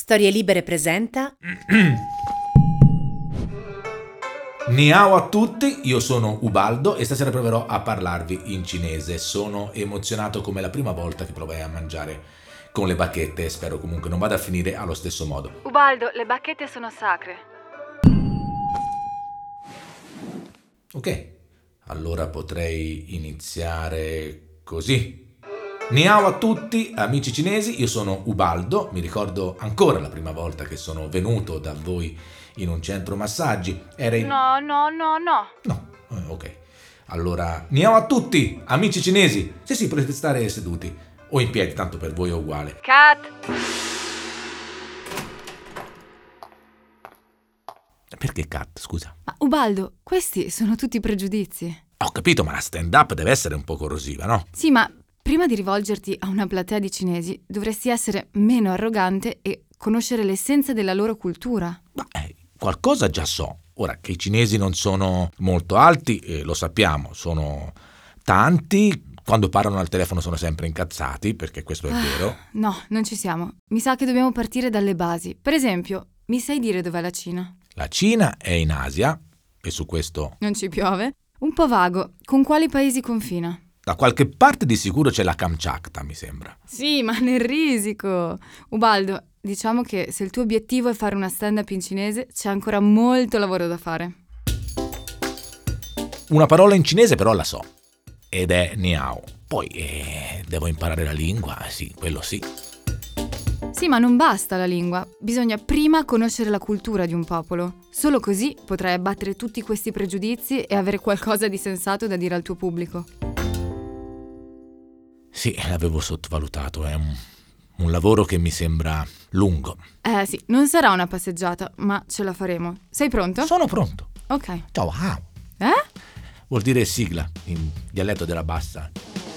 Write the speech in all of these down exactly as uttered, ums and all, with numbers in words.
Storie Libere presenta Ni hao a tutti, io sono Ubaldo e stasera proverò a parlarvi in cinese. Sono emozionato come la prima volta che provai a mangiare con le bacchette e spero comunque non vada a finire allo stesso modo. Ubaldo, le bacchette sono sacre. Ok, allora potrei iniziare così. Ni hao a tutti, amici cinesi, io sono Ubaldo, mi ricordo ancora la prima volta che sono venuto da voi in un centro massaggi. Era in... No, no, no, no. No, eh, ok. Allora, ni hao a tutti, amici cinesi. Sì, sì, potete stare seduti o in piedi, tanto per voi è uguale. Cut. Perché cut, scusa? Ma Ubaldo, questi sono tutti pregiudizi. Ho capito, ma la stand-up deve essere un po' corrosiva, no? Sì, ma prima di rivolgerti a una platea di cinesi dovresti essere meno arrogante e conoscere l'essenza della loro cultura. Ma eh, qualcosa già so. Ora, che i cinesi non sono molto alti, eh, lo sappiamo, sono tanti. Quando parlano al telefono sono sempre incazzati, perché questo è Ah, vero. No, non ci siamo. Mi sa che dobbiamo partire dalle basi. Per esempio, mi sai dire dov'è la Cina? La Cina è in Asia, e su questo Non ci piove? Un po' vago. Con quali paesi confina? da qualche parte di sicuro c'è la Kamchatka, mi sembra. Sì, ma nel risico. Ubaldo, diciamo che se il tuo obiettivo è fare una stand-up in cinese, c'è ancora molto lavoro da fare. Una parola in cinese però la so, ed è ni hao. Poi eh, devo imparare la lingua, sì, quello sì. Sì, ma non basta la lingua. Bisogna prima conoscere la cultura di un popolo. Solo così potrai abbattere tutti questi pregiudizi e avere qualcosa di sensato da dire al tuo pubblico. Sì, l'avevo sottovalutato, è un, un lavoro che mi sembra lungo. Eh sì, non sarà una passeggiata, ma ce la faremo. Sei pronto? Sono pronto. Ok. Ciao, hao. Eh? Vuol dire sigla, in dialetto della bassa.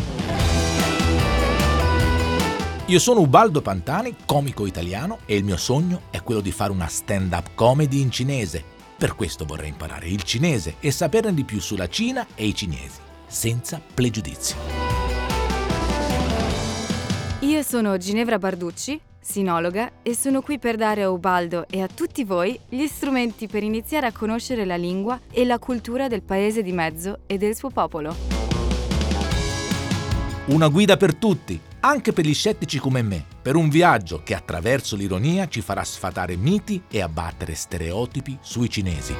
Io sono Ubaldo Pantani, comico italiano, e il mio sogno è quello di fare una stand-up comedy in cinese. Per questo vorrei imparare il cinese e saperne di più sulla Cina e i cinesi, senza pregiudizi. Io sono Ginevra Barducci, sinologa, e sono qui per dare a Ubaldo e a tutti voi gli strumenti per iniziare a conoscere la lingua e la cultura del paese di mezzo e del suo popolo. Una guida per tutti, anche per gli scettici come me, per un viaggio che attraverso l'ironia ci farà sfatare miti e abbattere stereotipi sui cinesi.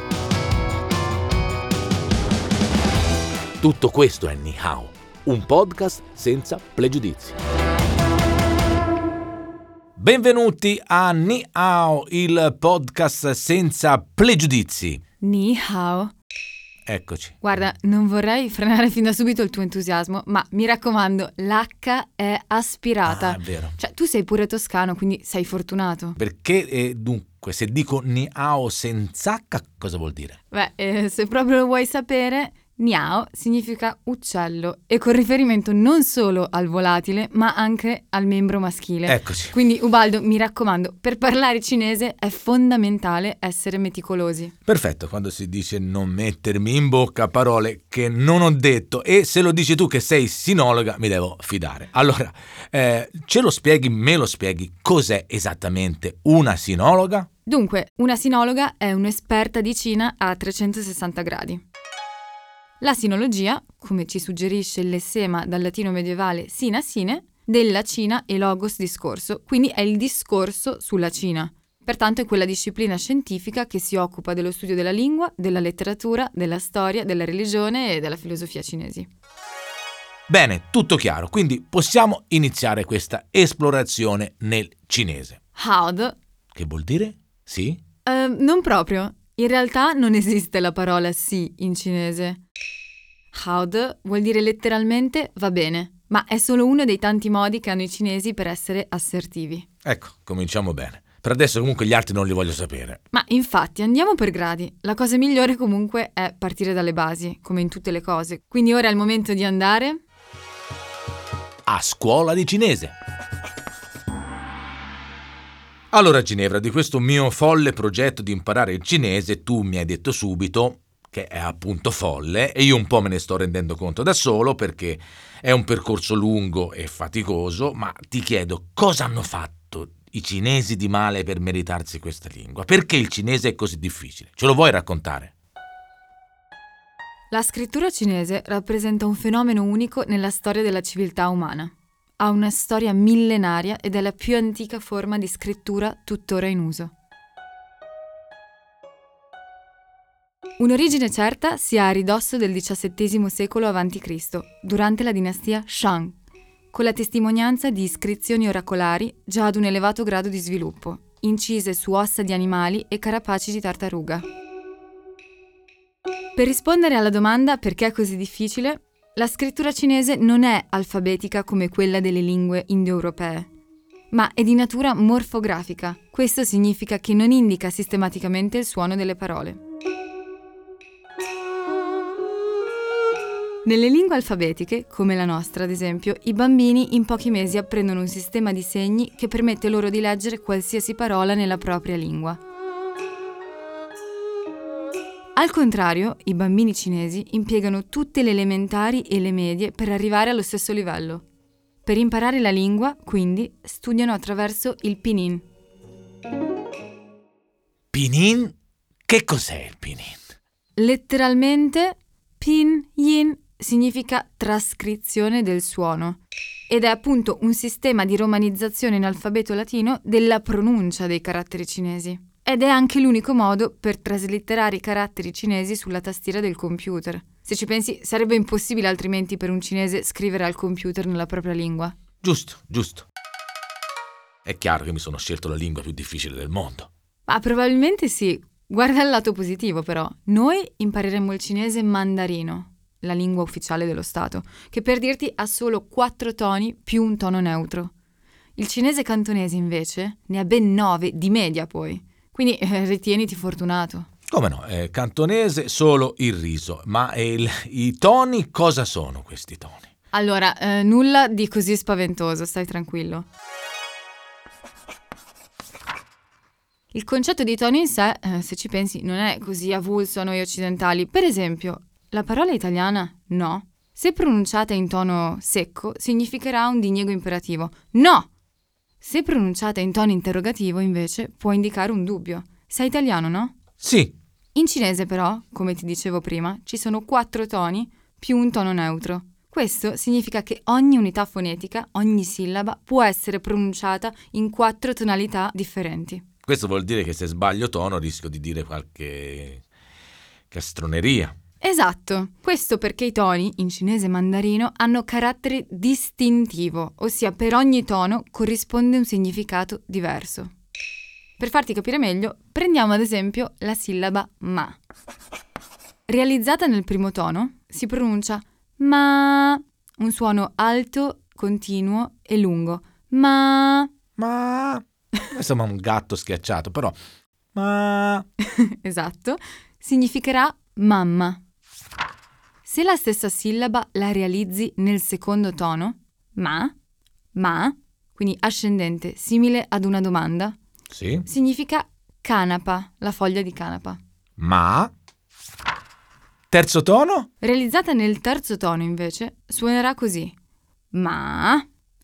Tutto questo è Ni hao, un podcast senza pregiudizi. Benvenuti a Ni hao, il podcast senza pregiudizi. Ni hao. Eccoci. Guarda, non vorrei frenare fin da subito il tuo entusiasmo, ma mi raccomando, l'H è aspirata. Ah, è vero. Cioè, tu sei pure toscano, quindi sei fortunato. Perché, eh, dunque, se dico Ni hao senza H, cosa vuol dire? Beh, eh, se proprio lo vuoi sapere, Niao significa uccello e con riferimento non solo al volatile, ma anche al membro maschile. Eccoci. Quindi, Ubaldo, mi raccomando, per parlare cinese è fondamentale essere meticolosi. Perfetto, quando si dice non mettermi in bocca parole che non ho detto, e se lo dici tu che sei sinologa mi devo fidare. Allora, eh, ce lo spieghi, me lo spieghi, cos'è esattamente una sinologa? Dunque, una sinologa è un'esperta di Cina a trecentosessanta gradi. La sinologia, come ci suggerisce il lessema dal latino medievale sina sine, della Cina e logos discorso, quindi è il discorso sulla Cina. Pertanto è quella disciplina scientifica che si occupa dello studio della lingua, della letteratura, della storia, della religione e della filosofia cinesi. Bene, tutto chiaro, quindi possiamo iniziare questa esplorazione nel cinese. Haod. Che vuol dire? Sì? Uh, non proprio. In realtà non esiste la parola sì in cinese. Haod vuol dire letteralmente va bene, ma è solo uno dei tanti modi che hanno i cinesi per essere assertivi. Ecco, cominciamo bene. Per adesso comunque gli altri non li voglio sapere. Ma infatti andiamo per gradi. La cosa migliore comunque è partire dalle basi, come in tutte le cose. Quindi ora è il momento di andare A scuola di cinese. Allora Ginevra, di questo mio folle progetto di imparare il cinese tu mi hai detto subito che è appunto folle e io un po' me ne sto rendendo conto da solo perché è un percorso lungo e faticoso, ma ti chiedo cosa hanno fatto i cinesi di male per meritarsi questa lingua? Perché il cinese è così difficile? Ce lo vuoi raccontare? La scrittura cinese rappresenta un fenomeno unico nella storia della civiltà umana. Ha una storia millenaria ed è la più antica forma di scrittura tuttora in uso. Un'origine certa si ha a ridosso del diciassettesimo secolo avanti Cristo, durante la dinastia Shang, con la testimonianza di iscrizioni oracolari già ad un elevato grado di sviluppo, incise su ossa di animali e carapaci di tartaruga. Per rispondere alla domanda perché è così difficile, la scrittura cinese non è alfabetica come quella delle lingue indoeuropee, ma è di natura morfografica. Questo significa che non indica sistematicamente il suono delle parole. Nelle lingue alfabetiche, come la nostra ad esempio, i bambini in pochi mesi apprendono un sistema di segni che permette loro di leggere qualsiasi parola nella propria lingua. Al contrario, i bambini cinesi impiegano tutte le elementari e le medie per arrivare allo stesso livello. Per imparare la lingua, quindi, studiano attraverso il pinyin. Pinyin? Che cos'è il pinyin? Letteralmente, pinyin significa trascrizione del suono ed è appunto un sistema di romanizzazione in alfabeto latino della pronuncia dei caratteri cinesi. Ed è anche l'unico modo per traslitterare i caratteri cinesi sulla tastiera del computer. Se ci pensi, sarebbe impossibile altrimenti per un cinese scrivere al computer nella propria lingua. Giusto, giusto. È chiaro che mi sono scelto la lingua più difficile del mondo. Ma probabilmente sì. Guarda il lato positivo però. Noi impareremo il cinese mandarino, la lingua ufficiale dello Stato, che per dirti ha solo quattro toni più un tono neutro. Il cinese cantonese invece ne ha ben nove di media poi. Quindi eh, ritieniti fortunato. Come no, è cantonese solo il riso, ma il, i toni cosa sono questi toni? Allora, eh, nulla di così spaventoso, stai tranquillo. Il concetto di tono in sé, eh, se ci pensi, non è così avulso a noi occidentali. Per esempio, la parola italiana no, se pronunciata in tono secco, significherà un diniego imperativo. No! Se pronunciata in tono interrogativo, invece, può indicare un dubbio. Sei italiano, no? Sì. In cinese, però, come ti dicevo prima, ci sono quattro toni più un tono neutro. Questo significa che ogni unità fonetica, ogni sillaba, può essere pronunciata in quattro tonalità differenti. Questo vuol dire che se sbaglio tono rischio di dire qualche castroneria. Esatto, questo perché i toni, in cinese mandarino, hanno carattere distintivo, ossia per ogni tono corrisponde un significato diverso. Per farti capire meglio, prendiamo ad esempio la sillaba ma. Realizzata nel primo tono, si pronuncia ma, un suono alto, continuo e lungo. Ma... Ma... Insomma un gatto schiacciato, però... Ma... Esatto, significherà mamma. Se la stessa sillaba la realizzi nel secondo tono, ma, ma, quindi ascendente, simile ad una domanda, sì, significa canapa, la foglia di canapa. Ma, terzo tono? Realizzata nel terzo tono, invece, suonerà così. Ma,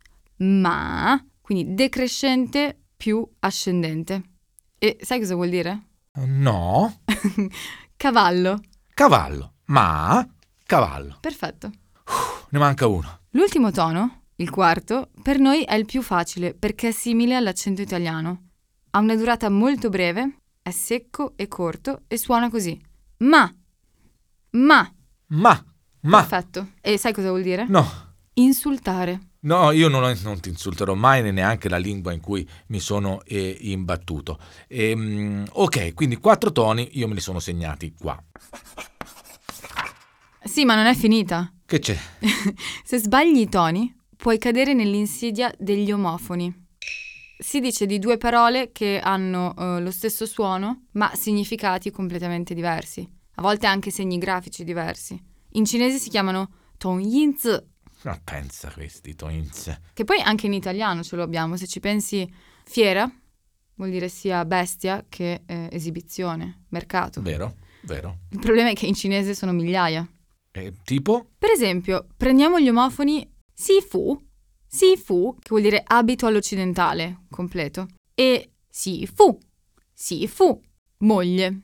ma, quindi decrescente più ascendente. E sai cosa vuol dire? No. Cavallo. Cavallo. Ma, cavallo. Perfetto. Uf, ne manca uno. L'ultimo tono, il quarto, per noi è il più facile perché è simile all'accento italiano. Ha una durata molto breve, è secco e corto e suona così. Ma. Ma. Ma. Ma. Perfetto. E sai cosa vuol dire? No. Insultare. No, io non, non ti insulterò mai neanche la lingua in cui mi sono eh, imbattuto. Ehm, ok, quindi quattro toni io me li sono segnati qua. Sì, ma non è finita. Che c'è? Se sbagli i toni, puoi cadere nell'insidia degli omofoni. Si dice di due parole che hanno uh, lo stesso suono, ma significati completamente diversi. A volte anche segni grafici diversi. In cinese si chiamano tongyin-zi. Ma pensa questi toins. Che poi anche in italiano ce lo abbiamo. Se ci pensi, fiera vuol dire sia bestia che eh, esibizione, mercato. Vero, vero. Il problema è che in cinese sono migliaia. Eh, tipo? Per esempio, prendiamo gli omofoni sifu, sifu, che vuol dire abito all'occidentale, completo. e si fu, si fu, moglie.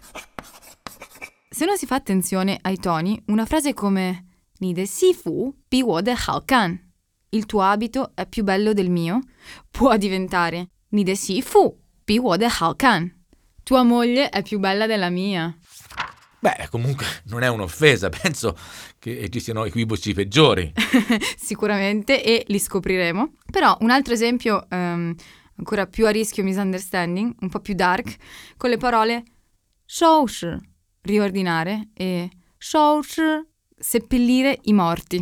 Se non si fa attenzione ai toni, una frase come ni de si fu bi wo de hao kan, il tuo abito è più bello del mio, può diventare ni de si fu bi wo de hao kan, tua moglie è più bella della mia. Beh, comunque non è un'offesa, penso che ci siano equivoci peggiori. Sicuramente, e li scopriremo. Però un altro esempio, um, ancora più a rischio misunderstanding, un po' più dark, con le parole 收拾 riordinare e 收拾 seppellire i morti.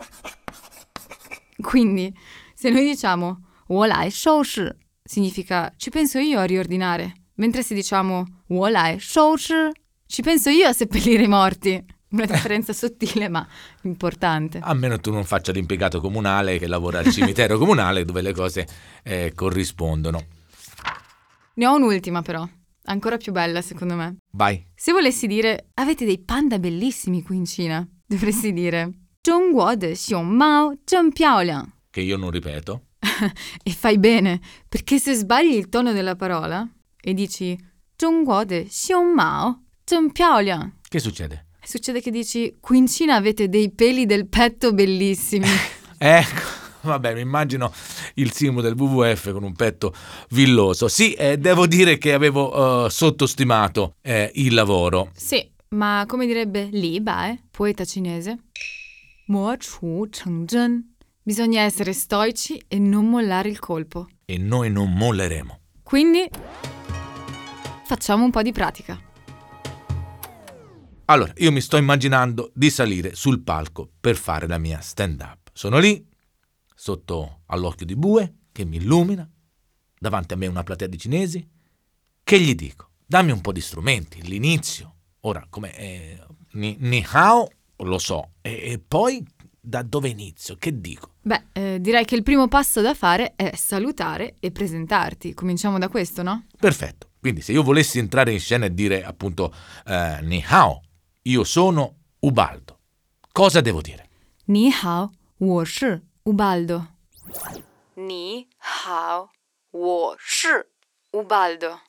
Quindi, se noi diciamo 我来收拾 significa ci penso io a riordinare, mentre se diciamo 我来收拾 ci penso io a seppellire i morti. Una differenza sottile ma importante. A meno tu non faccia l'impiegato comunale che lavora al cimitero comunale dove le cose eh, corrispondono. Ne ho un'ultima però, ancora più bella secondo me. Vai. Se volessi dire avete dei panda bellissimi qui in Cina, dovresti dire 中国的熊猫真漂亮. Che io non ripeto. E fai bene, perché se sbagli il tono della parola e dici 中国的熊猫真漂亮, che succede? Succede che dici qui in Cina avete dei peli del petto bellissimi. Ecco, vabbè, mi immagino il simbolo del W W F con un petto villoso. Sì, eh, devo dire che avevo uh, sottostimato eh, il lavoro. Sì, ma come direbbe Li Bai, poeta cinese, mo chu cheng zhen, bisogna essere stoici e non mollare il colpo. E noi non molleremo. Quindi facciamo un po' di pratica. Allora, io mi sto immaginando di salire sul palco per fare la mia stand-up. Sono lì, sotto all'occhio di bue, che mi illumina, davanti a me una platea di cinesi. Che gli dico? Dammi un po' di strumenti, l'inizio. Ora, come eh, ni, ni hao, lo so. E, e poi, da dove inizio? Che dico? Beh, eh, direi che il primo passo da fare è salutare e presentarti. Cominciamo da questo, no? Perfetto. Quindi, se io volessi entrare in scena e dire, appunto, eh, ni hao, io sono Ubaldo. Cosa devo dire? Ni hao, wo shi Ubaldo. Ni hao, wo shi Ubaldo.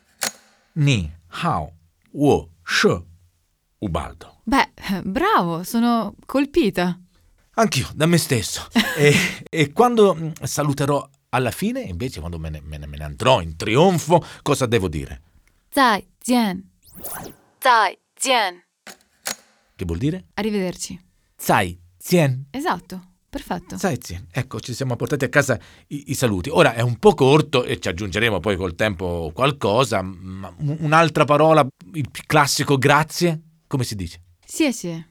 Ni hao, wo shi Ubaldo. Beh, bravo, sono colpita. Anch'io, da me stesso. e, e quando saluterò alla fine, invece, quando me ne, me ne, me ne andrò in trionfo, cosa devo dire? Zai jian. Zai jian. Che vuol dire? Arrivederci. Zai Zien. Esatto, perfetto. Zai Zien. Ecco, ci siamo portati a casa i, i saluti. Ora è un po' corto e ci aggiungeremo poi col tempo qualcosa, ma un'altra parola, il più classico grazie, come si dice? Xie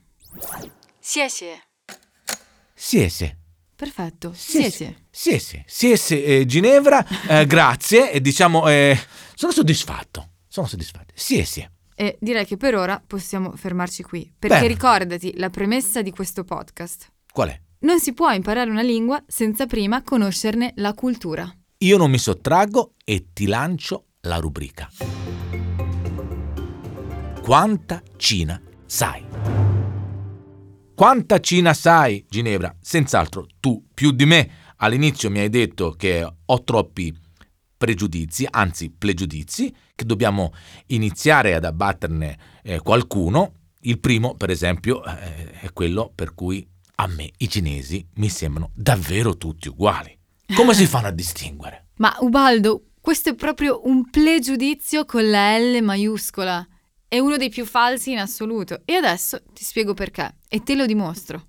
xie. Siese. Perfetto. Siese. Siese. Siese eh, Ginevra, eh, grazie e diciamo eh, sono soddisfatto. Sono soddisfatto. Siese. E direi che per ora possiamo fermarci qui, perché Bene. Ricordati la premessa di questo podcast. Qual è? Non si può imparare una lingua senza prima conoscerne la cultura. Io non mi sottraggo e ti lancio la rubrica. Quanta Cina sai? Quanta Cina sai, Ginevra? Senz'altro tu più di me. All'inizio mi hai detto che ho troppi pregiudizi, anzi pregiudizi, che dobbiamo iniziare ad abbatterne eh, qualcuno. Il primo, per esempio, eh, è quello per cui a me i cinesi mi sembrano davvero tutti uguali. Come si fanno a distinguere? Ma Ubaldo, questo è proprio un pregiudizio con la L maiuscola. È uno dei più falsi in assoluto. E adesso ti spiego perché. E te lo dimostro.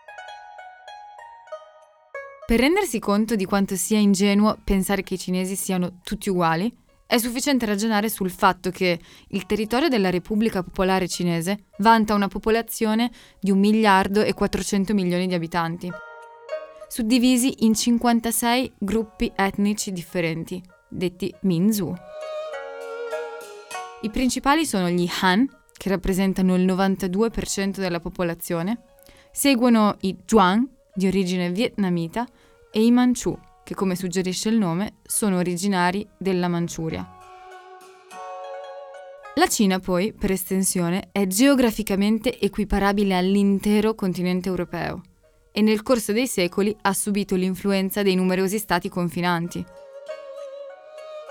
Per rendersi conto di quanto sia ingenuo pensare che i cinesi siano tutti uguali, è sufficiente ragionare sul fatto che il territorio della Repubblica Popolare Cinese vanta una popolazione di un miliardo e quattrocento milioni di abitanti, suddivisi in cinquantasei gruppi etnici differenti, detti Minzu. I principali sono gli Han, che rappresentano il novantadue per cento della popolazione, seguono i Zhuang, di origine vietnamita, e i Manchu, che come suggerisce il nome sono originari della Manciuria. La Cina poi, per estensione, è geograficamente equiparabile all'intero continente europeo e nel corso dei secoli ha subito l'influenza dei numerosi stati confinanti.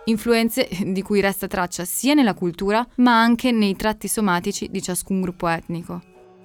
influenze di cui resta traccia sia nella cultura ma anche nei tratti somatici di ciascun gruppo etnico.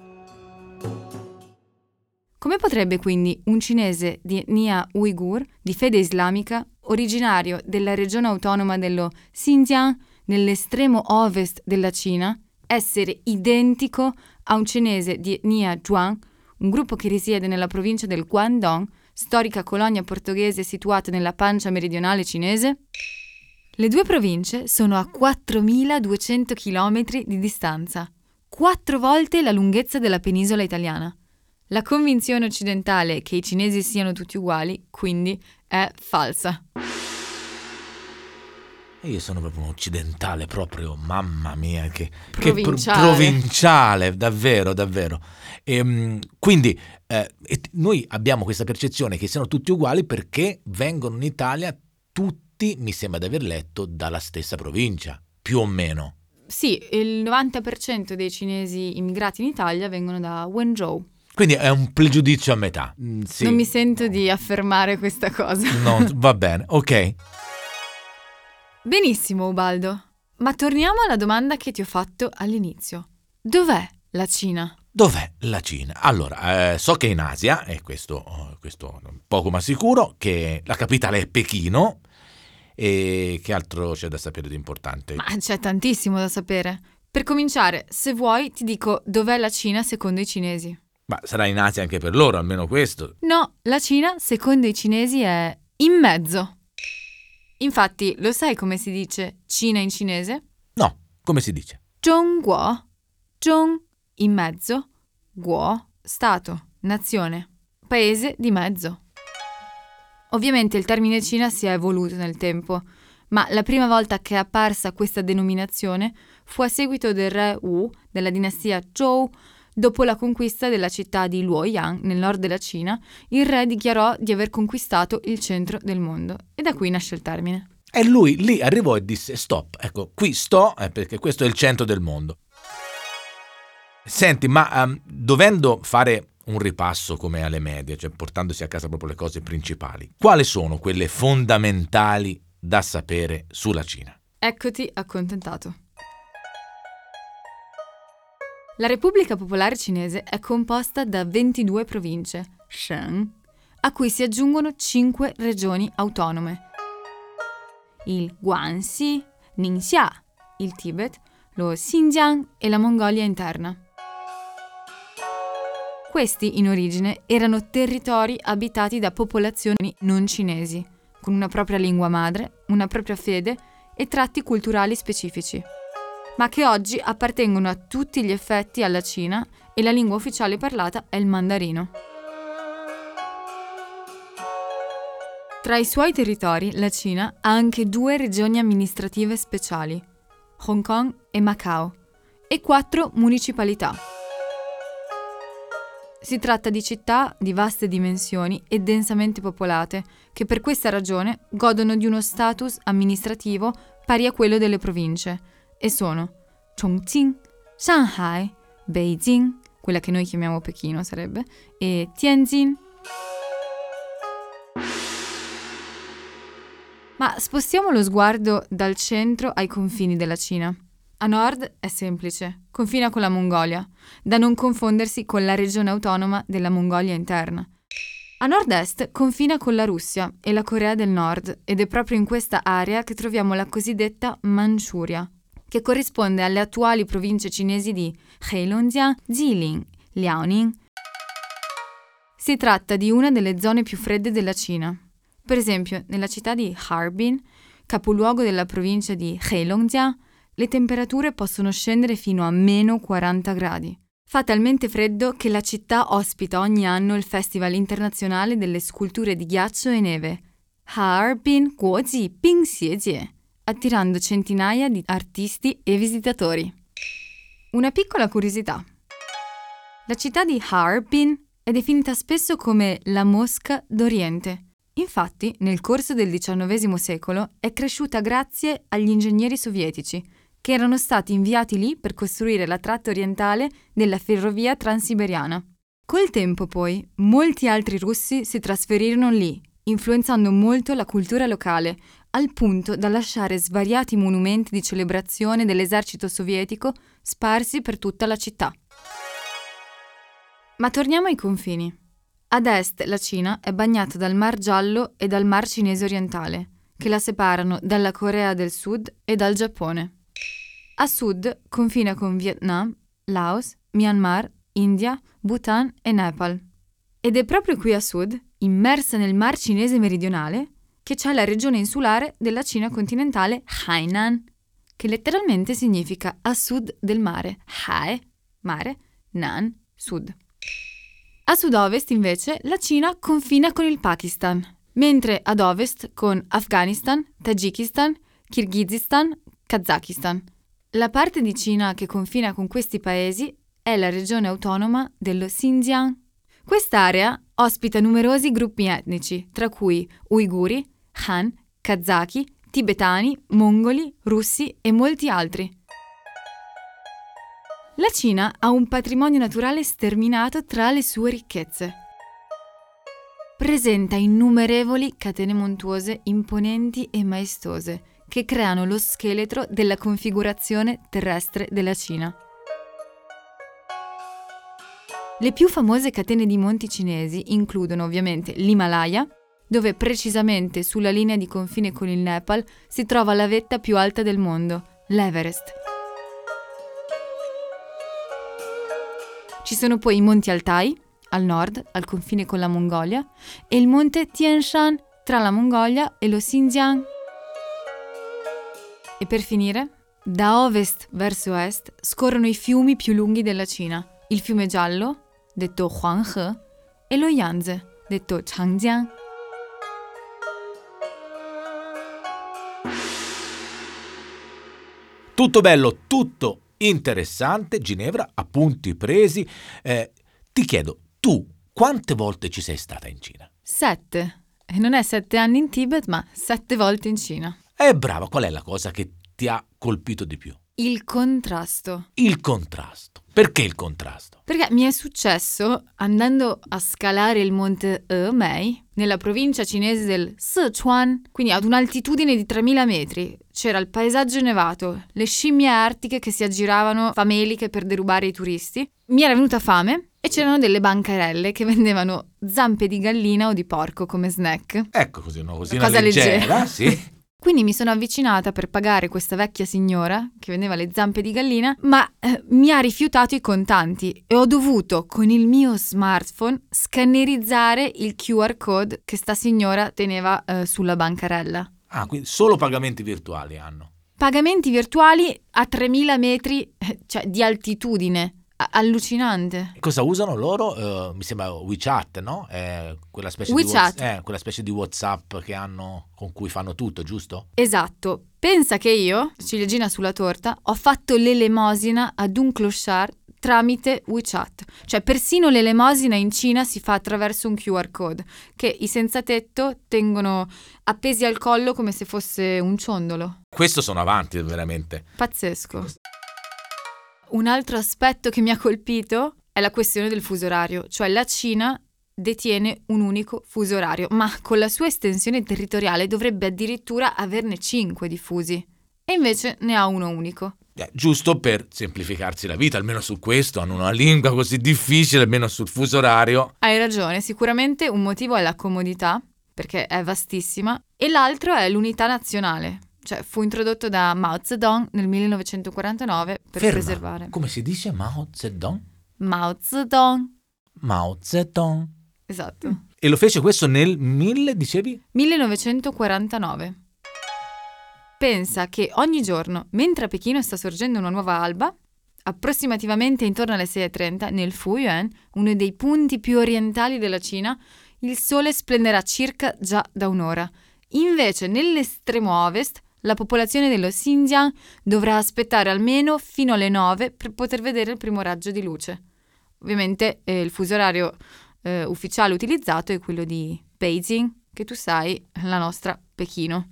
Come potrebbe quindi un cinese di etnia uighur, di fede islamica, originario della regione autonoma dello Xinjiang, nell'estremo ovest della Cina, essere identico a un cinese di etnia Zhuang, un gruppo che risiede nella provincia del Guangdong, storica colonia portoghese situata nella pancia meridionale cinese? Le due province sono a quattromiladuecento chilometri di distanza, quattro volte la lunghezza della penisola italiana. La convinzione occidentale che i cinesi siano tutti uguali, quindi, è falsa. E io sono proprio un occidentale, proprio, mamma mia, che provinciale, che pro- provinciale davvero, davvero. E, quindi eh, et- noi abbiamo questa percezione che siano tutti uguali perché vengono in Italia tutti, mi sembra di aver letto, dalla stessa provincia, più o meno. Sì, il novanta per cento dei cinesi immigrati in Italia vengono da Wenzhou. Quindi è un pregiudizio a metà. Mm, sì. Non mi sento di affermare questa cosa. No, va bene, ok. Benissimo, Ubaldo. Ma torniamo alla domanda che ti ho fatto all'inizio. Dov'è la Cina? Dov'è la Cina? Allora, eh, so che è in Asia, e questo, questo poco ma sicuro, che la capitale è Pechino, e che altro c'è da sapere di importante? Ma c'è tantissimo da sapere. Per cominciare, se vuoi, ti dico dov'è la Cina secondo i cinesi. Ma sarà in Asia anche per loro, almeno questo. No, la Cina, secondo i cinesi, è in mezzo. Infatti, lo sai come si dice Cina in cinese? No, come si dice? Zhongguo. Zhong, in mezzo. Guo, stato, nazione, paese di mezzo. Ovviamente il termine Cina si è evoluto nel tempo, ma la prima volta che è apparsa questa denominazione fu a seguito del re Wu della dinastia Zhou. Dopo la conquista della città di Luoyang, nel nord della Cina, il re dichiarò di aver conquistato il centro del mondo e da qui nasce il termine. E lui lì arrivò e disse stop, ecco, qui sto eh, perché questo è il centro del mondo. Senti, ma um, dovendo fare un ripasso come alle medie, cioè portandosi a casa proprio le cose principali, quali sono quelle fondamentali da sapere sulla Cina? Eccoti accontentato. La Repubblica Popolare Cinese è composta da ventidue province, Shen, a cui si aggiungono cinque regioni autonome. Il Guangxi, Ningxia, il Tibet, lo Xinjiang e la Mongolia interna. Questi, in origine, erano territori abitati da popolazioni non cinesi, con una propria lingua madre, una propria fede e tratti culturali specifici, ma che oggi appartengono a tutti gli effetti alla Cina e la lingua ufficiale parlata è il mandarino. Tra i suoi territori, la Cina ha anche due regioni amministrative speciali, Hong Kong e Macao, e quattro municipalità. Si tratta di città di vaste dimensioni e densamente popolate, che per questa ragione godono di uno status amministrativo pari a quello delle province, e sono Chongqing, Shanghai, Beijing, quella che noi chiamiamo Pechino sarebbe, e Tianjin. Ma spostiamo lo sguardo dal centro ai confini della Cina. A nord è semplice, confina con la Mongolia, da non confondersi con la regione autonoma della Mongolia interna. A nord-est confina con la Russia e la Corea del Nord, ed è proprio in questa area che troviamo la cosiddetta Manciuria, che corrisponde alle attuali province cinesi di Heilongjiang, Jilin, Liaoning. Si tratta di una delle zone più fredde della Cina. Per esempio, nella città di Harbin, capoluogo della provincia di Heilongjiang, le temperature possono scendere fino a meno quaranta gradi. Fa talmente freddo che la città ospita ogni anno il Festival internazionale delle sculture di ghiaccio e neve, Harbin Guoji Bingxiejie, attirando centinaia di artisti e visitatori. Una piccola curiosità. La città di Harbin è definita spesso come la Mosca d'Oriente. Infatti, nel corso del diciannovesimo secolo è cresciuta grazie agli ingegneri sovietici, che erano stati inviati lì per costruire la tratta orientale della ferrovia transiberiana. Col tempo, poi, molti altri russi si trasferirono lì influenzando molto la cultura locale, al punto da lasciare svariati monumenti di celebrazione dell'esercito sovietico sparsi per tutta la città. Ma torniamo ai confini. Ad est la Cina è bagnata dal Mar Giallo e dal Mar Cinese orientale, che la separano dalla Corea del Sud e dal Giappone. A sud confina con Vietnam, Laos, Myanmar, India, Bhutan e Nepal. Ed è proprio qui a sud, immersa nel Mar Cinese meridionale, che c'è la regione insulare della Cina continentale Hainan, che letteralmente significa a sud del mare. Hai, mare, Nan, sud. A sud-ovest, invece, la Cina confina con il Pakistan, mentre ad ovest con Afghanistan, Tagikistan, Kirghizistan, Kazakistan. La parte di Cina che confina con questi paesi è la regione autonoma dello Xinjiang. Quest'area ospita numerosi gruppi etnici, tra cui uiguri, Han, kazaki, tibetani, mongoli, russi e molti altri. La Cina ha un patrimonio naturale sterminato tra le sue ricchezze. Presenta innumerevoli catene montuose imponenti e maestose che creano lo scheletro della configurazione terrestre della Cina. Le più famose catene di monti cinesi includono ovviamente l'Himalaya, dove precisamente sulla linea di confine con il Nepal si trova la vetta più alta del mondo, l'Everest. Ci sono poi i monti Altai, al nord, al confine con la Mongolia, e il monte Tian Shan, tra la Mongolia e lo Xinjiang. E per finire, da ovest verso est scorrono i fiumi più lunghi della Cina, il fiume Giallo, detto Huanghe, e lo Yangtze, detto Changjiang. Tutto bello, tutto interessante, Ginevra, appunti presi. Eh, ti chiedo, tu quante volte ci sei stata in Cina? Sette. E non è sette anni in Tibet, ma sette volte in Cina. Eh, brava, qual è la cosa che ti ha colpito di più? Il contrasto. Il contrasto. Perché il contrasto? Perché mi è successo, andando a scalare il monte Emei, nella provincia cinese del Sichuan, quindi ad un'altitudine di tremila metri, c'era il paesaggio nevato, le scimmie artiche che si aggiravano fameliche per derubare i turisti. Mi era venuta fame e c'erano delle bancarelle che vendevano zampe di gallina o di porco come snack. Ecco, così una cosina Cosa leggera, leggera. sì. Quindi mi sono avvicinata per pagare questa vecchia signora che vendeva le zampe di gallina, ma eh, mi ha rifiutato i contanti e ho dovuto con il mio smartphone scannerizzare il Q R code che sta signora teneva eh, sulla bancarella. Ah, quindi solo pagamenti virtuali hanno. Pagamenti virtuali a tremila metri, eh, cioè di altitudine. Allucinante. Cosa usano loro? Uh, mi sembra WeChat, no? È quella specie WeChat. di Whats- eh, quella specie di WhatsApp che hanno, con cui fanno tutto, giusto? Esatto. Pensa che io, ciliegina sulla torta, ho fatto l'elemosina ad un clochard tramite WeChat. Cioè persino l'elemosina in Cina si fa attraverso un Q R code che i senza tetto tengono appesi al collo come se fosse un ciondolo. Questo sono avanti, veramente. Pazzesco. Un altro aspetto che mi ha colpito è la questione del fuso orario, cioè la Cina detiene un unico fuso orario, ma con la sua estensione territoriale dovrebbe addirittura averne cinque di fusi, e invece ne ha uno unico. Eh, giusto per semplificarsi la vita, almeno su questo, hanno una lingua così difficile, almeno sul fuso orario. Hai ragione, sicuramente un motivo è la comodità, perché è vastissima, e l'altro è l'unità nazionale. Cioè fu introdotto da Mao Zedong nel millenovecentoquarantanove per Ferma. preservare. Come si dice Mao Zedong? Mao Zedong. Mao Zedong. Esatto. E lo fece questo nel mille, dicevi? millenovecentoquarantanove. Pensa che ogni giorno, mentre a Pechino sta sorgendo una nuova alba, approssimativamente intorno alle sei e trenta, nel Fuyuan, uno dei punti più orientali della Cina, il sole splenderà circa già da un'ora. Invece, nell'estremo ovest, la popolazione dello Xinjiang dovrà aspettare almeno fino alle nove per poter vedere il primo raggio di luce. Ovviamente eh, il fuso orario eh, ufficiale utilizzato è quello di Beijing, che tu sai, è la nostra Pechino.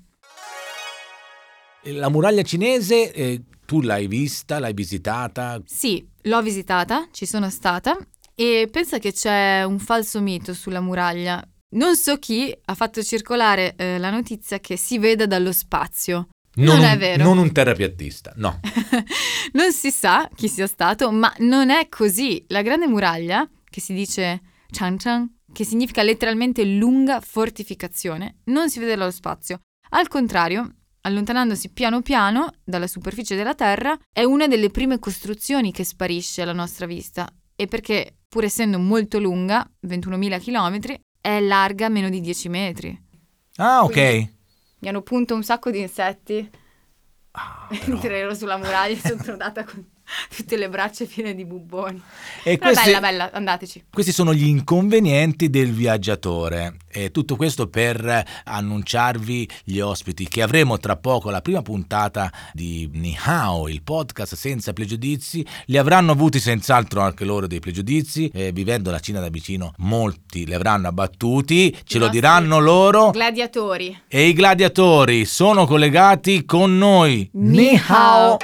La muraglia cinese, eh, tu l'hai vista, l'hai visitata? Sì, l'ho visitata, ci sono stata, e pensa che c'è un falso mito sulla muraglia. non so chi ha fatto circolare eh, la notizia che si veda dallo spazio. Non, non un, è vero. Non un terrapiattista, no. Non si sa chi sia stato, ma non è così. La Grande Muraglia, che si dice Changcheng, che significa letteralmente lunga fortificazione, non si vede dallo spazio. Al contrario, allontanandosi piano piano dalla superficie della Terra, è una delle prime costruzioni che sparisce alla nostra vista. E perché, pur essendo molto lunga, ventunomila chilometri, è larga meno di dieci metri. Ah, ok. Quindi mi hanno punto un sacco di insetti. Ah, Mentre ero sulla muraglia sono tornata con tutte le braccia piene di bubboni. E Però questi, è bella, bella, andateci. Questi sono gli inconvenienti del viaggiatore. E tutto questo per annunciarvi gli ospiti che avremo tra poco. La prima puntata di Ni Hao, il podcast senza pregiudizi. Li avranno avuti senz'altro anche loro dei pregiudizi. E vivendo la Cina da vicino, molti li avranno abbattuti. Ce lo diranno loro. Gladiatori. E i gladiatori sono collegati con noi. Ni Hao.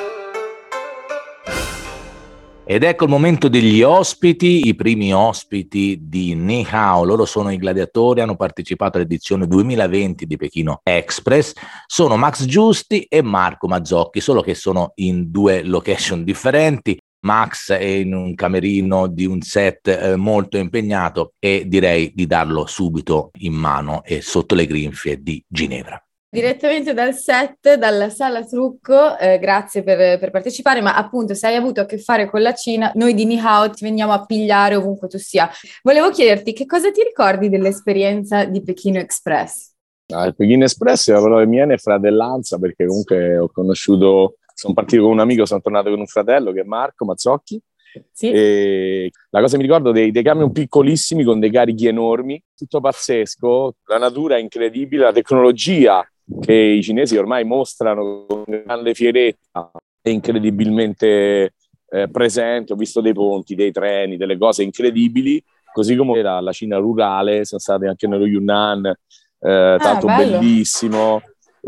Ed ecco il momento degli ospiti, i primi ospiti di Ni Hao. Loro sono i gladiatori, hanno partecipato all'edizione duemilaventi di Pechino Express. Sono Max Giusti e Marco Mazzocchi, solo che sono in due location differenti. Max è in un camerino di un set eh, molto impegnato e direi di darlo subito in mano e sotto le grinfie di Ginevra. Direttamente dal set, dalla sala trucco, eh, grazie per, per partecipare, ma appunto se hai avuto a che fare con la Cina, noi di Ni Hao ti veniamo a pigliare ovunque tu sia. Volevo chiederti che cosa ti ricordi dell'esperienza di Pechino Express? Ah, il Pechino Express è una parola mia e fratellanza, perché comunque ho conosciuto, sono partito con un amico, sono tornato con un fratello che è Marco Mazzocchi. Sì. E la cosa mi ricordo dei, dei camion piccolissimi con dei carichi enormi, tutto pazzesco, la natura è incredibile, la tecnologia che i cinesi ormai mostrano con grande fierezza è incredibilmente eh, presente. Ho visto dei ponti, dei treni, delle cose incredibili, così come era la Cina rurale, sono stati anche nello Yunnan, eh, tanto ah, bellissimo,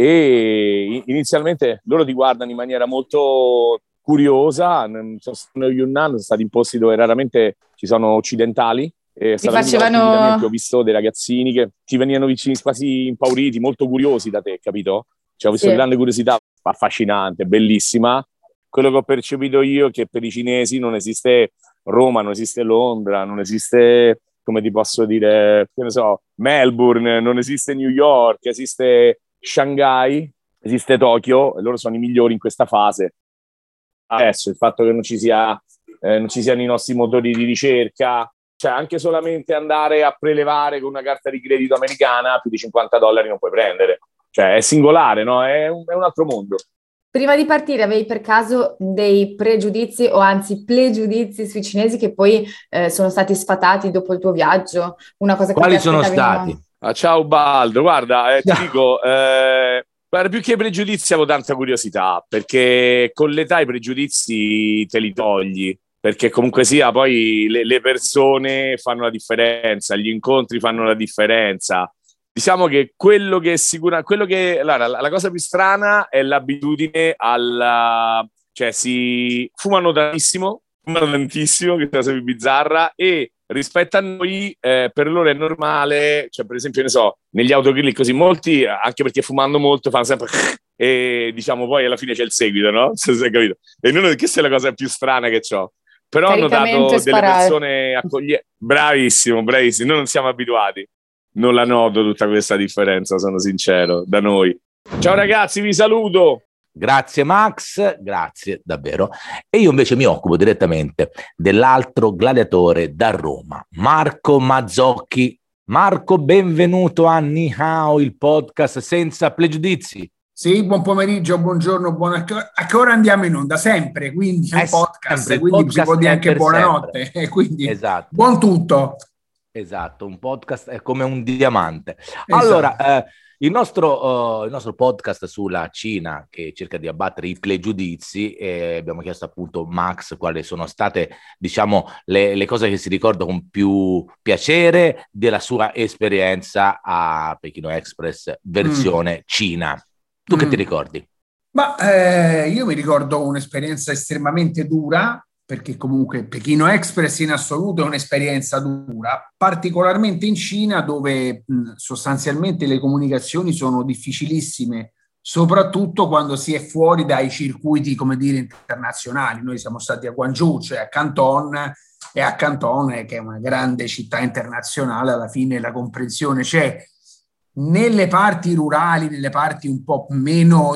e inizialmente loro ti guardano in maniera molto curiosa. Nello Yunnan sono stati in posti dove raramente ci sono occidentali, e ti facevano... ho visto dei ragazzini che ti venivano vicini quasi impauriti, molto curiosi da te, capito? Cioè, ho visto sì. grande curiosità, affascinante, bellissima. Quello che ho percepito io è che per i cinesi non esiste Roma, non esiste Londra, non esiste, come ti posso dire, che ne so, Melbourne, non esiste New York, esiste Shanghai, esiste Tokyo, e loro sono i migliori in questa fase. Adesso il fatto che non ci sia, eh, non ci siano i nostri motori di ricerca, cioè anche solamente andare a prelevare con una carta di credito americana più di cinquanta dollari non puoi prendere, cioè è singolare, no? È un, è un altro mondo. Prima di partire avevi per caso dei pregiudizi o anzi pregiudizi sui cinesi che poi eh, sono stati sfatati dopo il tuo viaggio? Una cosa che Quali ti sono aspettavi? stati? Ah, ciao Baldo, guarda, eh, ti dico, eh, guarda, più che pregiudizi avevo tanta curiosità, perché con l'età i pregiudizi te li togli, perché comunque sia poi le, le persone fanno la differenza, gli incontri fanno la differenza. Diciamo che quello che sicura, quello che allora, la, la cosa più strana è l'abitudine alla, cioè si fumano tantissimo, fumano tantissimo, che è una cosa più bizzarra, e rispetto a noi eh, per loro è normale, cioè per esempio ne so, negli autogrill così molti, anche perché fumando molto fanno sempre e diciamo poi alla fine c'è il seguito, no? Se hai capito. E non è che sia la cosa più strana che c'ho. Però ho notato delle persone accoglienti. Bravissimo, bravissimo. Noi non siamo abituati. Non la noto tutta questa differenza, sono sincero, da noi. Ciao ragazzi, vi saluto. Grazie Max, grazie davvero. E io invece mi occupo direttamente dell'altro gladiatore da Roma, Marco Mazzocchi. Marco, benvenuto a Ni Hao, il podcast senza pregiudizi. Sì, buon pomeriggio, buongiorno, buona... a che ora andiamo in onda? Sempre, quindi è un podcast, sempre, quindi podcast si può dire anche buonanotte, sempre. Quindi esatto. Buon tutto. Esatto, un podcast è come un diamante. Esatto. Allora, eh, il, nostro, uh, il nostro podcast sulla Cina che cerca di abbattere i pregiudizi, eh, abbiamo chiesto appunto Max quali sono state, diciamo, le, le cose che si ricorda con più piacere della sua esperienza a Pechino Express versione mm. Cina. Tu mm. che ti ricordi? Ma eh, io mi ricordo un'esperienza estremamente dura, perché comunque Pechino Express in assoluto è un'esperienza dura, particolarmente in Cina dove mh, sostanzialmente le comunicazioni sono difficilissime, soprattutto quando si è fuori dai circuiti, come dire, internazionali. Noi siamo stati a Guangzhou, cioè a Canton, e a Canton, che è una grande città internazionale, alla fine la comprensione c'è. Nelle parti rurali, nelle parti un po' meno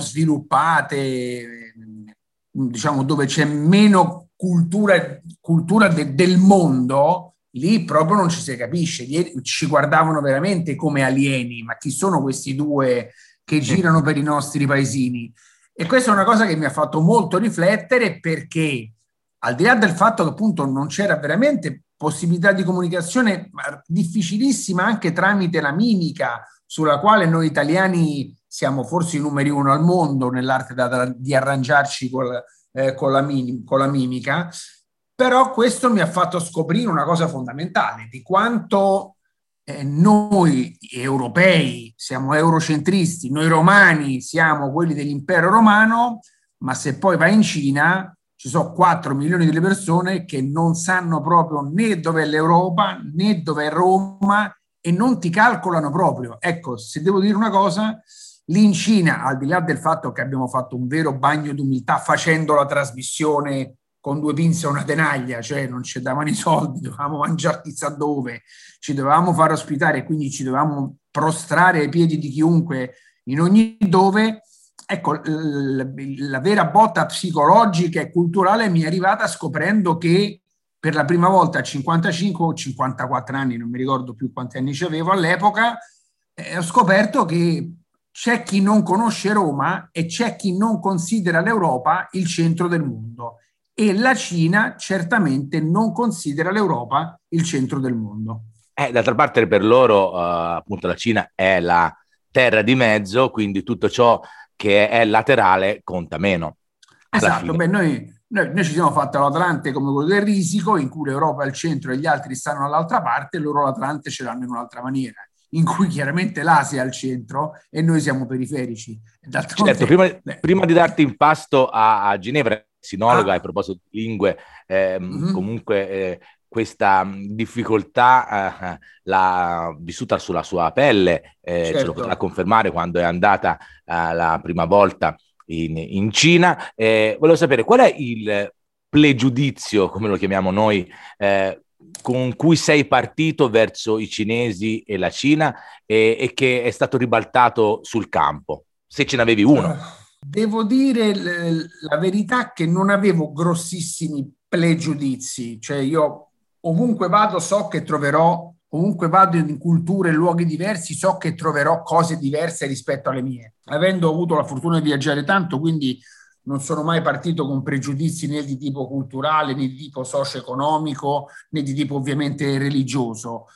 sviluppate, diciamo dove c'è meno cultura, cultura de, del mondo, lì proprio non ci si capisce, ci guardavano veramente come alieni, ma chi sono questi due che girano per i nostri paesini? E questa è una cosa che mi ha fatto molto riflettere, perché al di là del fatto che appunto non c'era veramente possibilità di comunicazione difficilissima anche tramite la mimica, sulla quale noi italiani siamo forse i numeri uno al mondo nell'arte da, di arrangiarci col, eh, con, la minim, con la mimica, però questo mi ha fatto scoprire una cosa fondamentale, di quanto eh, noi europei siamo eurocentristi, noi romani siamo quelli dell'impero romano, ma se poi vai in Cina ci sono quattro milioni di persone che non sanno proprio né dov'è l'Europa né dov'è Roma e non ti calcolano proprio. Ecco, se devo dire una cosa, lì in Cina, al di là del fatto che abbiamo fatto un vero bagno d'umiltà facendo la trasmissione con due pinze e una tenaglia, cioè non ci davano i soldi, dovevamo mangiare chissà dove, ci dovevamo far ospitare e quindi ci dovevamo prostrare ai piedi di chiunque in ogni dove. Ecco, la, la vera botta psicologica e culturale mi è arrivata scoprendo che per la prima volta a cinquantacinque o cinquantaquattro anni, non mi ricordo più quanti anni avevo all'epoca, eh, ho scoperto che c'è chi non conosce Roma e c'è chi non considera l'Europa il centro del mondo. E la Cina certamente non considera l'Europa il centro del mondo. Eh, d'altra parte per loro, uh, appunto, la Cina è la terra di mezzo, quindi tutto ciò che è laterale conta meno. Esatto, beh, noi, noi, noi ci siamo fatti l'Atlante come quello del Risico, in cui l'Europa è al centro e gli altri stanno all'altra parte, e loro l'Atlante ce l'hanno in un'altra maniera, in cui chiaramente l'Asia è al centro e noi siamo periferici. Certo, prima, prima di darti in pasto a, a Ginevra, sinologa, ah. a proposito di lingue, eh, mm-hmm. comunque eh, questa difficoltà eh, l'ha vissuta sulla sua pelle, eh, certo. ce lo potrà confermare quando è andata eh, la prima volta in, in Cina. Eh, volevo sapere qual è il pregiudizio, come lo chiamiamo noi, eh, con cui sei partito verso i cinesi e la Cina e, e che è stato ribaltato sul campo, se ce n'avevi uno. Uh, devo dire l- la verità che non avevo grossissimi pregiudizi, cioè io ovunque vado so che troverò, ovunque vado in culture e luoghi diversi so che troverò cose diverse rispetto alle mie. Avendo avuto la fortuna di viaggiare tanto, quindi non sono mai partito con pregiudizi né di tipo culturale, né di tipo socio-economico, né di tipo ovviamente religioso.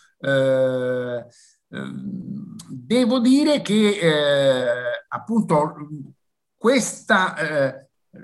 Eh, eh, devo dire che eh, appunto questa eh,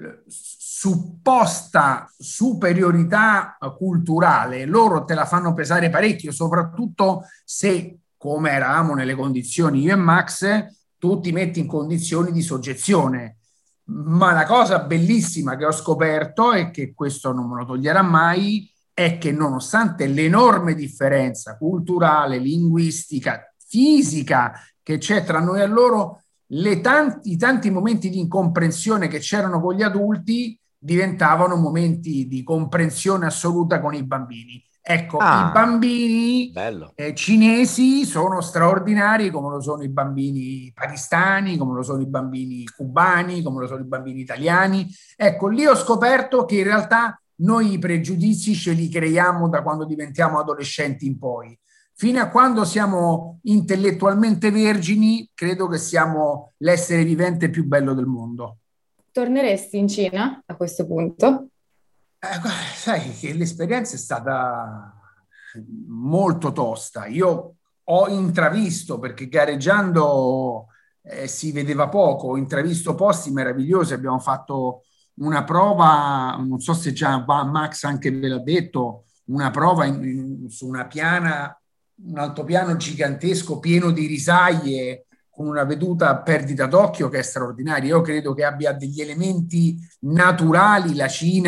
supposta superiorità culturale loro te la fanno pesare parecchio, soprattutto se, come eravamo nelle condizioni io e Max, tu ti metti in condizioni di soggezione. Ma la cosa bellissima che ho scoperto, e che questo non me lo toglierà mai, è che nonostante l'enorme differenza culturale, linguistica, fisica che c'è tra noi e loro, le tanti, i tanti momenti di incomprensione che c'erano con gli adulti diventavano momenti di comprensione assoluta con i bambini. Ecco, ah, i bambini eh, cinesi sono straordinari, come lo sono i bambini pakistani, come lo sono i bambini cubani, come lo sono i bambini italiani. Ecco, lì ho scoperto che in realtà noi i pregiudizi ce li creiamo da quando diventiamo adolescenti in poi. Fino a quando siamo intellettualmente vergini, credo che siamo l'essere vivente più bello del mondo. Torneresti in Cina a questo punto? Eh, sai che l'esperienza è stata molto tosta. Io ho intravisto, perché gareggiando eh, si vedeva poco, ho intravisto posti meravigliosi. Abbiamo fatto una prova, non so se già Max anche ve l'ha detto, una prova in, in, su una piana, un altopiano gigantesco pieno di risaie, con una veduta a perdita d'occhio che è straordinaria. Io credo che abbia degli elementi naturali la Cina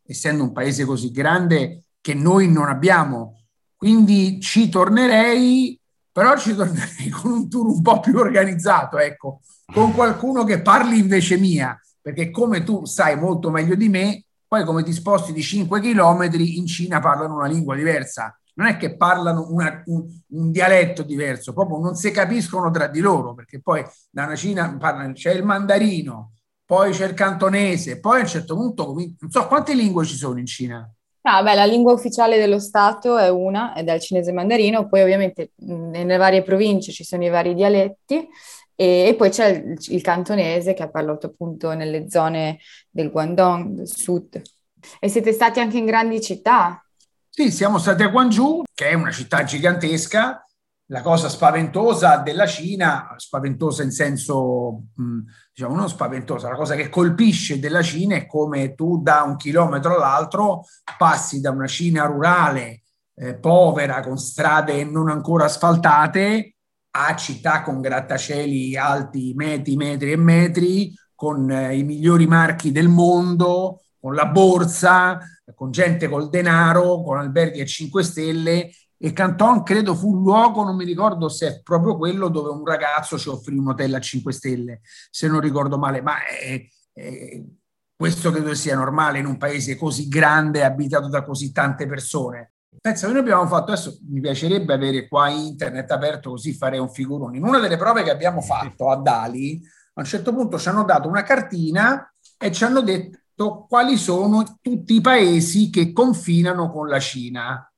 essendo un paese così grande, che noi non abbiamo. Quindi ci tornerei, però ci tornerei con un tour un po' più organizzato, ecco, con qualcuno che parli invece mia, perché come tu sai molto meglio di me, poi come ti sposti di cinque chilometri, in Cina parlano una lingua diversa. Non è che parlano una, un, un dialetto diverso, proprio non si capiscono tra di loro, perché poi da una Cina parlano, c'è il mandarino, poi c'è il cantonese, poi a un certo punto, non so quante lingue ci sono in Cina. Ah, beh, la lingua ufficiale dello Stato è una, ed è il cinese mandarino, poi ovviamente mh, nelle varie province ci sono i vari dialetti e, e poi c'è il, il cantonese che è parlato appunto nelle zone del Guangdong, del sud. E siete stati anche in grandi città? Sì, siamo stati a Guangzhou, che è una città gigantesca. La cosa spaventosa della Cina, spaventosa in senso, mh, diciamo non spaventosa, la cosa che colpisce della Cina è come tu da un chilometro all'altro passi da una Cina rurale, eh, povera, con strade non ancora asfaltate, a città con grattacieli alti metri, metri e metri, con eh, i migliori marchi del mondo, con la borsa, con gente col denaro, con alberghi a cinque stelle. E Canton credo fu un luogo, non mi ricordo se è proprio quello, dove un ragazzo ci offrì un hotel a cinque stelle, se non ricordo male, ma è, è, questo credo sia normale in un paese così grande, abitato da così tante persone. Pensa, noi abbiamo fatto, adesso mi piacerebbe avere qua internet aperto così farei un figurone. In una delle prove che abbiamo fatto a Dali, a un certo punto ci hanno dato una cartina e ci hanno detto quali sono tutti i paesi che confinano con la Cina.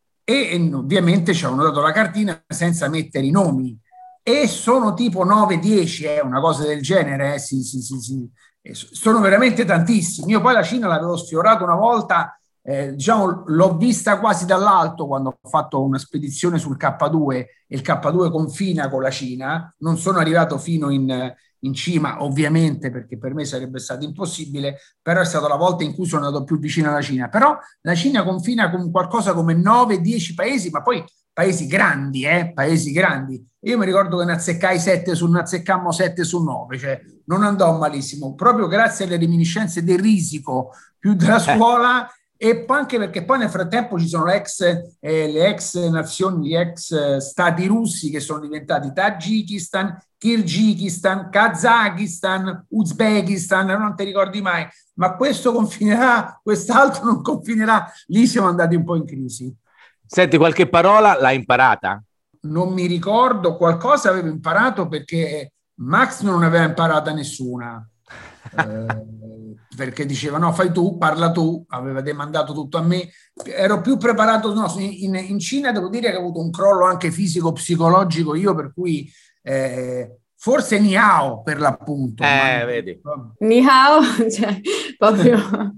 E ovviamente ci hanno dato la cartina senza mettere i nomi e sono tipo nove dieci, eh, una cosa del genere, eh, sì, sì, sì, sì. Sono veramente tantissimi. Io poi la Cina l'avevo sfiorato una volta, eh, diciamo l'ho vista quasi dall'alto quando ho fatto una spedizione sul K due e il K due confina con la Cina. Non sono arrivato fino in, in cima ovviamente, perché per me sarebbe stato impossibile, però è stata la volta in cui sono andato più vicino alla Cina. Però la Cina confina con qualcosa come nove dieci paesi, ma poi paesi grandi, eh, paesi grandi. Io mi ricordo che ne azzeccai sette su, ne azzeccammo sette su nove, cioè non andò malissimo, proprio grazie alle reminiscenze del risico più della scuola, eh. E poi anche perché poi nel frattempo ci sono le ex, eh, le ex nazioni, gli ex eh, stati russi che sono diventati Tagikistan, Kirghizistan, Kazakistan, Uzbekistan, non ti ricordi mai, ma questo confinerà, quest'altro non confinerà, lì siamo andati un po' in crisi. Senti, qualche parola l'hai imparata? Non mi ricordo, qualcosa avevo imparato perché Max non aveva imparata nessuna, eh, perché diceva no, fai tu, parla tu, aveva demandato tutto a me, ero più preparato, no, in, in Cina devo dire che ho avuto un crollo anche fisico-psicologico io, per cui eh, forse ni hao per l'appunto. Eh, ma... vedi. Ni hao, cioè proprio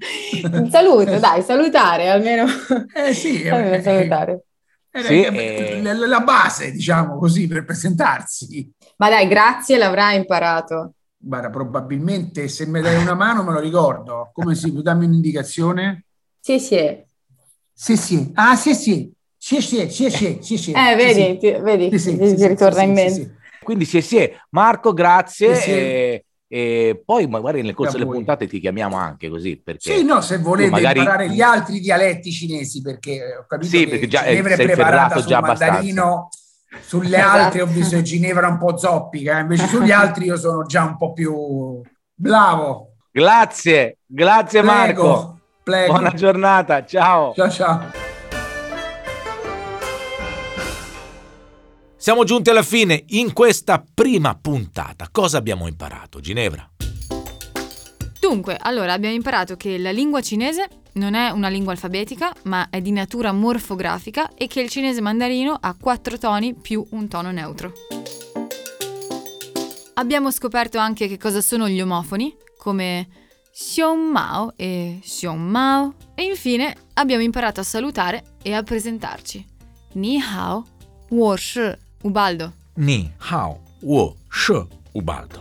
un saluto, dai, salutare almeno. Eh sì, almeno eh, salutare. Era sì, eh... la base, diciamo così, per presentarsi. Ma dai, grazie, l'avrai imparato. Guarda, probabilmente se mi dai una mano me lo ricordo. Come si può darmi un'indicazione? Sì, sì. Sì, sì. Ah, sì, sì. Sì, sì, sì, sì, sì, sì. Eh, vedi, sì, ti, vedi, sì, sì, ti, sì, ti ritorna sì, in sì, mente. sì, sì. Quindi sì, sì. Marco, grazie. Sì, sì. E, e poi magari nel corso Da delle voi. puntate ti chiamiamo anche così. Perché Sì, no, se volete magari... imparare gli altri dialetti cinesi, perché ho capito sì, che perché già Ginevra è sei preparata ferrato sul già mandarino, sulle Esatto. altre ho visto che Ginevra un po' zoppica, invece sugli altri io sono già un po' più bravo. Grazie, grazie Prego, Marco. prego. Buona giornata, ciao. Ciao, ciao. Siamo giunti alla fine. In questa prima puntata cosa abbiamo imparato, Ginevra? Dunque, allora abbiamo imparato che la lingua cinese non è una lingua alfabetica, ma è di natura morfografica e che il cinese mandarino ha quattro toni più un tono neutro. Abbiamo scoperto anche che cosa sono gli omofoni, come xiong mao e xiong mao. E infine abbiamo imparato a salutare e a presentarci. Ni hao, wo shi, Ubaldo. Ni hao, wo shi, Ubaldo.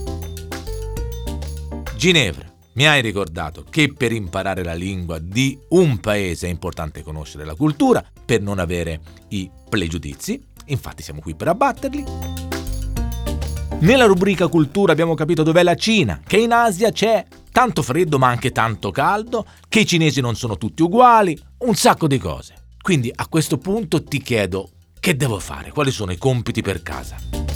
Ginevra, mi hai ricordato che per imparare la lingua di un paese è importante conoscere la cultura per non avere i pregiudizi. Infatti siamo qui per abbatterli. Nella rubrica cultura abbiamo capito dov'è la Cina, che in Asia c'è, tanto freddo ma anche tanto caldo, che i cinesi non sono tutti uguali, un sacco di cose. Quindi a questo punto ti chiedo, che devo fare? Quali sono i compiti per casa?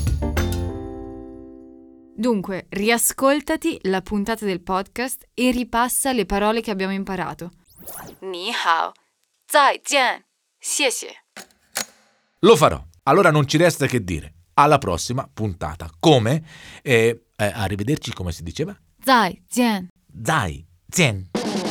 Dunque, riascoltati la puntata del podcast e ripassa le parole che abbiamo imparato. Ni hao, zai jian, xie xie. Lo farò. Allora non ci resta che dire. Alla prossima puntata. Come? Eh, eh, arrivederci, come si diceva? Zai jian. Zai jian.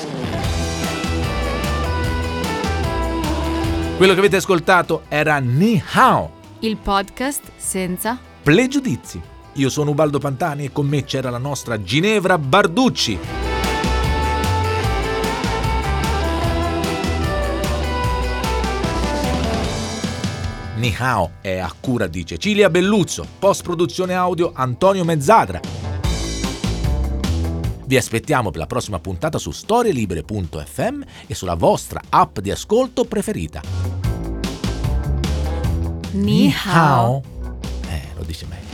Quello che avete ascoltato era Ni Hao, il podcast senza pregiudizi. Io sono Ubaldo Pantani e con me c'era la nostra Ginevra Barducci. Ni Hao è a cura di Cecilia Belluzzo, post-produzione audio Antonio Mezzadra. Vi aspettiamo per la prossima puntata su storielibere punto effe emme e sulla vostra app di ascolto preferita. Ni hao. Eh, lo dice meglio.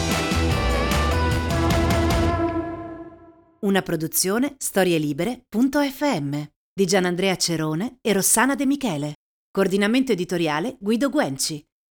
Una produzione storielibere punto effe emme di Gianandrea Cerone e Rossana De Michele. Coordinamento editoriale Guido Guenci.